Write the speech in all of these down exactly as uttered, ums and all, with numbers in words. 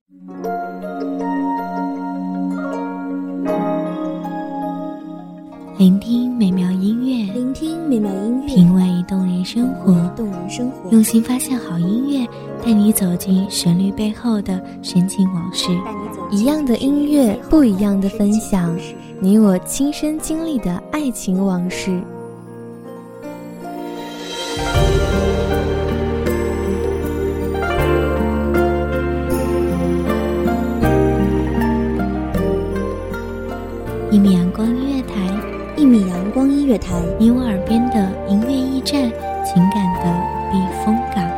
聆听美妙音乐， 聆听美妙音乐， 品味动人生活， 动人生活， 用心发现好音乐，带你走进旋律背后的深情往事。 一样的音乐，不一样的分享，你我亲身经历的爱情往事。 一米阳光音乐台， 一米阳光音乐台， 你我耳边的音乐驿站，情感的避风港。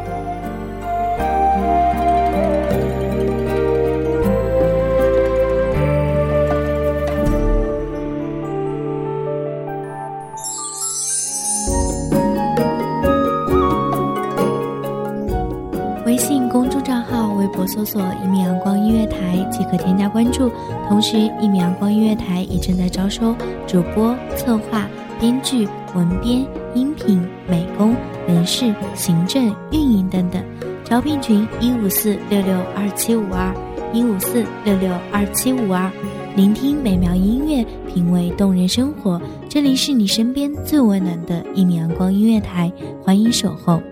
微信公众账号、微博搜索一米阳光音乐台即可添加关注。同时，一米阳光音乐台也正在招收主播、策划、编剧、文编、音频、美工、人事、行政、运营等等。招聘群一五四六六二七五二一五四六六二七五二。聆听美妙音乐，品味动人生活。这里是你身边最温暖的一米阳光音乐台，欢迎守候。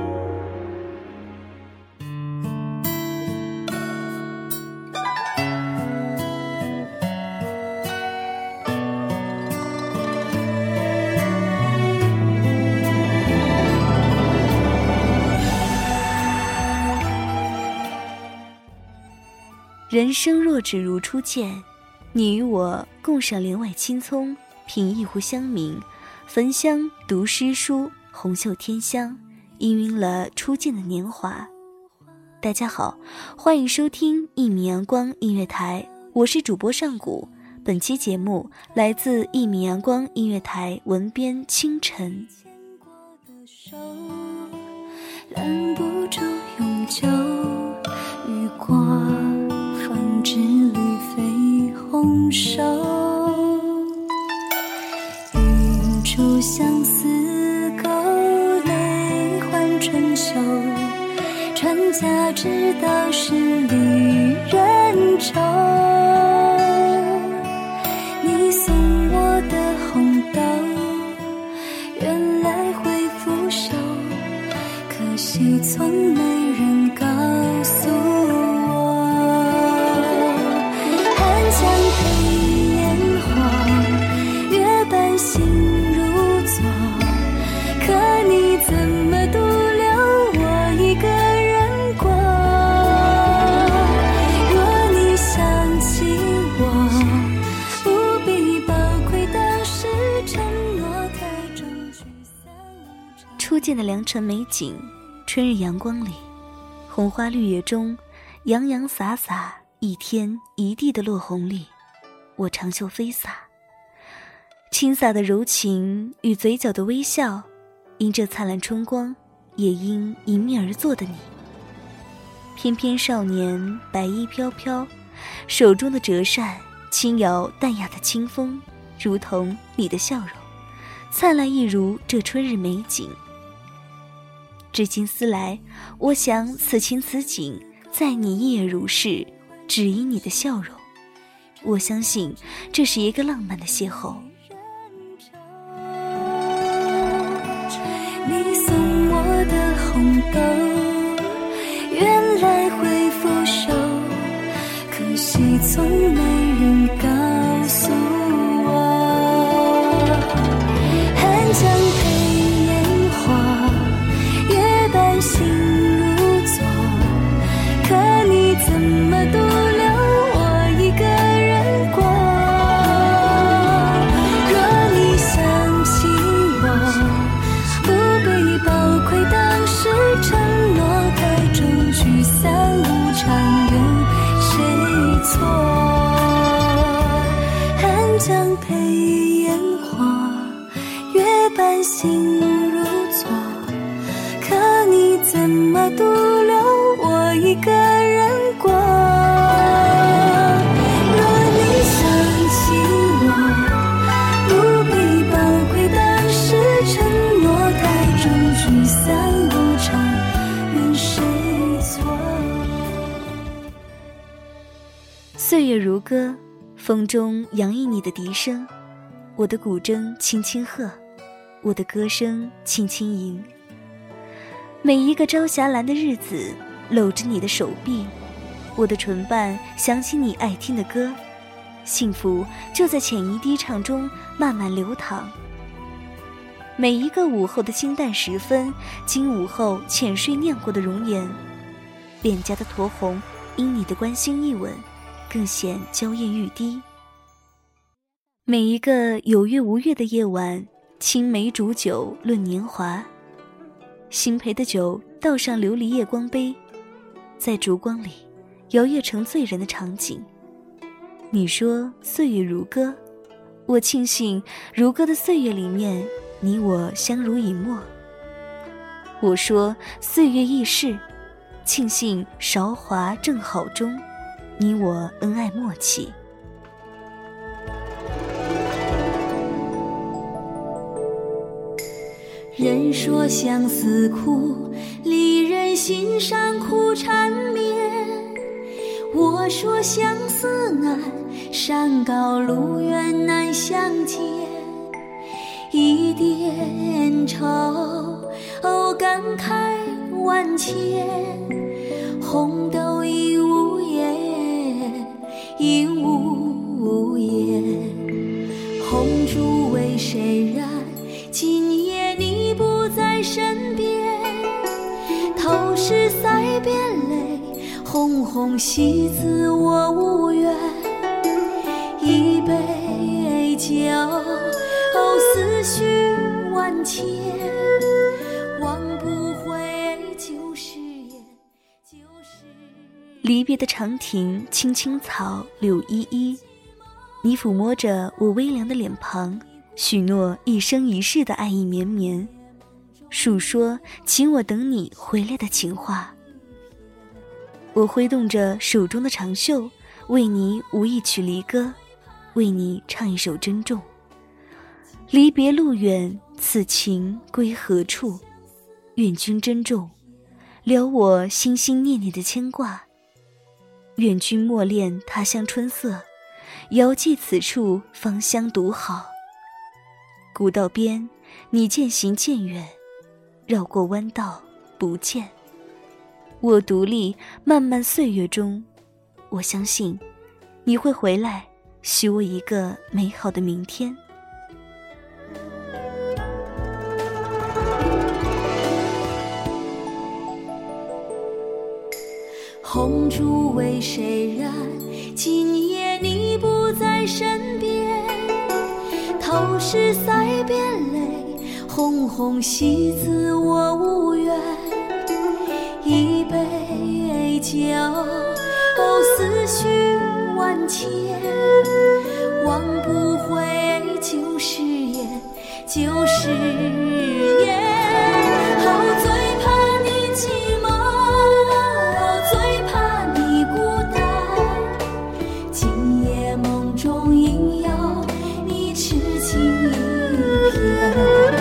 人生若只如初见，你与我共赏帘外青葱，品一壶香茗，焚香读诗书，红袖添香，氤氲了初见的年华。大家好，欢迎收听一米阳光音乐台，我是主播上古。本期节目来自一米阳光音乐台文编清晨。 拦不住永久雨过方知绿肥红瘦，云出相思沟，泪换春秋，传家之道是旅人愁。你送我的红豆，原来会腐朽，可惜从没人告诉我。寒江配烟火，月半心如昨，可你怎么独留我一个人过？若你想起我，不必宝贵当时承诺太重，聚散无常。 初见的良辰美景，春日阳光里，红花绿叶中，洋洋洒洒，一天一地的落红里，我长袖飞洒。轻洒的柔情与嘴角的微笑，因这灿烂春光，也因迎面而坐的你。翩翩少年，白衣飘飘，手中的折扇轻摇淡雅的清风，如同你的笑容，灿烂一如这春日美景。至今思来，我想此情此景，在你亦也如是，只因你的笑容。我相信这是一个浪漫的邂逅。 你送我的红豆，原来会腐朽，可惜从没人告诉我。寒江配烟火，月半心如昨，可你怎么独留我一个人过？若你想起我，不必宝贵当时承诺太重，聚散无常，有谁错？寒江配烟火，月半心如昨，可你怎么独留我一个人过？若你想起我，不必宝贵当时承诺太重，聚散无常，任谁错？ 岁月如歌，风中洋溢你的笛声，我的古筝轻轻和，我的歌声轻轻吟。每一个朝霞蓝的日子，搂着你的手臂，我的唇瓣想起你爱听的歌，幸福就在浅吟低唱中慢慢流淌。每一个午后的清淡时分，经午后浅睡酿过的容颜，脸颊的酡红因你的关心一吻更显娇艳欲滴。每一个有月无月的夜晚，青梅煮酒论年华，新培的酒倒上琉璃夜光杯，在烛光里摇曳成醉人的场景。你说岁月如歌，我庆幸如歌的岁月里面，你我相濡以沫。我说岁月易逝，庆幸韶华正好中，你我恩爱默契。 人说相思苦，离人心上苦缠绵。我说相思难，山高路远难相见。一点愁，哦，感慨万千。红豆应无言，应无言。红烛为谁燃？今夜你不在身边。头是腮边泪，红红喜字我无缘。一杯酒，哦，思绪万千，忘不回旧誓言，旧誓言。 离别的长亭，青青草，柳依依。你抚摸着我微凉的脸庞，许诺一生一世的爱意绵绵，述说请我等你回来的情话。我挥动着手中的长袖，为你舞一曲离歌，为你唱一首珍重。离别路远，此情归何处？愿君珍重，了我心心念念的牵挂。愿君莫恋他乡春色，遥寄此处芳香独好。古道边，你渐行渐远，绕过弯道不见。我独立漫漫岁月中，我相信你会回来，许我一个美好的明天。 红烛为谁燃？今夜你不在身边。头是腮边泪，红红喜字我无缘。一杯酒，哦，思绪万千，忘不回旧誓言，旧誓言。哦，最怕你寂寞，哦，最怕你孤单。今夜梦中萦绕你痴情一片。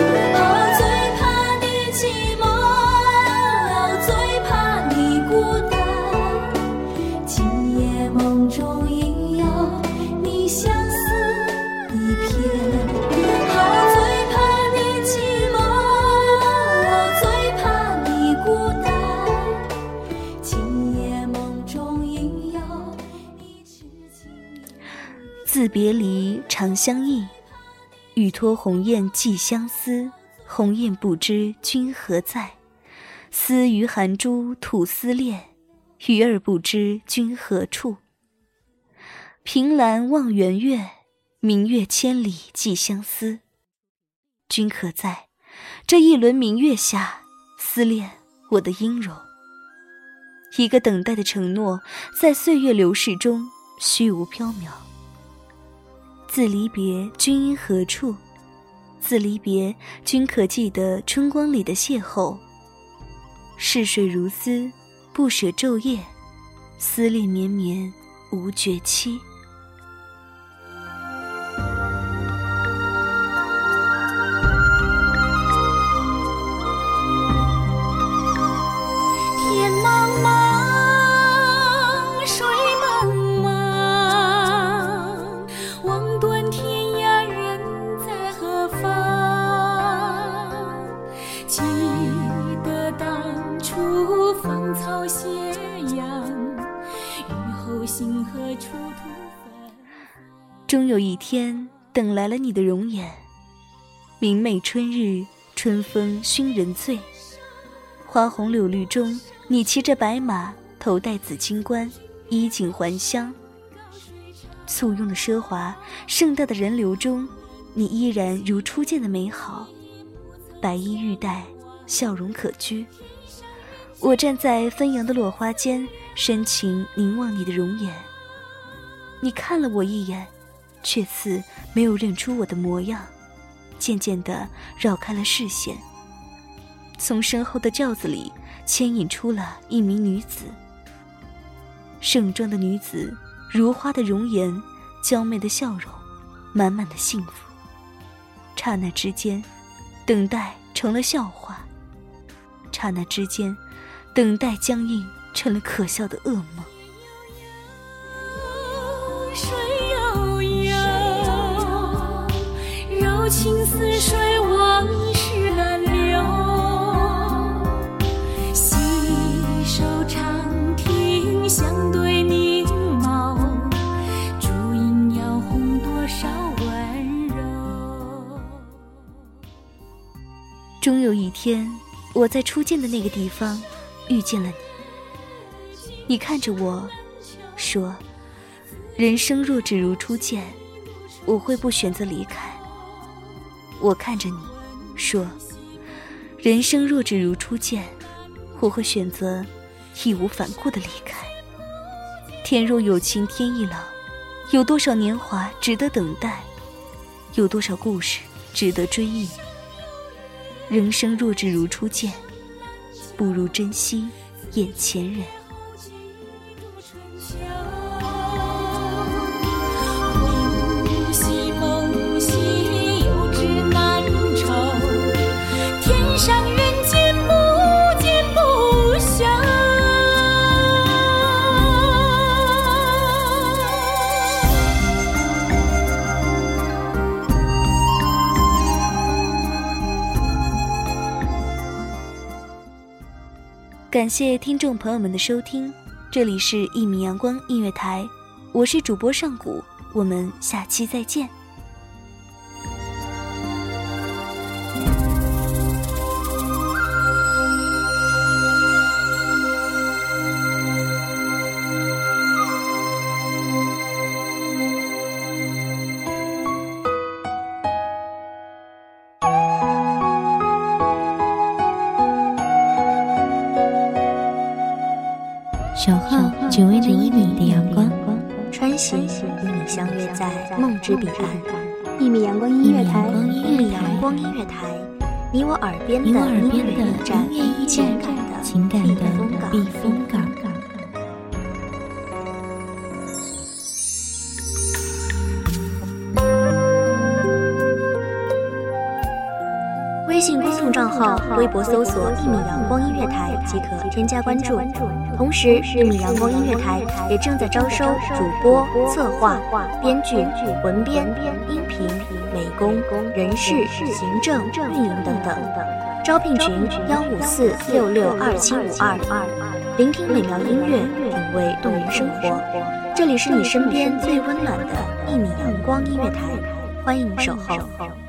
自别离，长相忆。欲托鸿雁寄相思，鸿雁不知君何在。思于寒珠吐思恋，鱼儿不知君何处。凭栏望圆月，明月千里寄相思。君可在这一轮明月下，思恋我的音容。一个等待的承诺，在岁月流逝中虚无缥缈。自离别，君因何处？自离别，君可记得春光里的邂逅？逝水如丝，不舍昼夜，思恋绵绵无绝期。 天茫茫，水茫茫， 心何处土分。 终有一天等来了你的容颜，明媚春日，春风熏人醉。花红柳绿中，你骑着白马，头戴紫金冠，衣锦还乡。簇拥的奢华，盛大的人流中，你依然如初见的美好，白衣玉带，笑容可掬。我站在纷扬的落花间，深情凝望你的容颜。你看了我一眼，却似没有认出我的模样，渐渐地绕开了视线。从身后的轿子里牵引出了一名女子，盛装的女子，如花的容颜，娇媚的笑容，满满的幸福。刹那之间，等待成了笑话；刹那之间，等待僵硬成了可笑的噩梦。 水悠悠，柔情似水，往事难留。细手长亭，相对凝眸，烛影摇红多少温柔。 终有一天，我在初见的那个地方遇见了你。你看着我说，人生若只如初见，我会不选择离开。我看着你说，人生若只如初见，我会选择义无反顾地离开。天若有情天亦老，有多少年华值得等待，有多少故事值得追忆。人生若只如初见，不如珍惜眼前人。 魂兮梦兮，有知难酬，天上人间不见不休。 感谢听众朋友们的收听，这里是一米阳光音乐台，我是主播上古，我们下期再见。 守候只为那一米的阳光， 穿行与你相约在梦之彼岸。 一米阳光音乐台， 一米阳光音乐台，你我耳边的你我耳边的音乐驿站， 音乐驿站，情感的避风港。 微信公众账号、微博搜索“一米阳光音乐台”即可添加关注。同时，一米阳光音乐台也正在招收主播、策划、编剧、文编、音频、美工、人事、行政、运营等等。招聘群：幺五四六六二七五二。聆听美妙音乐，品味动人生活。这里是你身边最温暖的一米阳光音乐台，欢迎守候。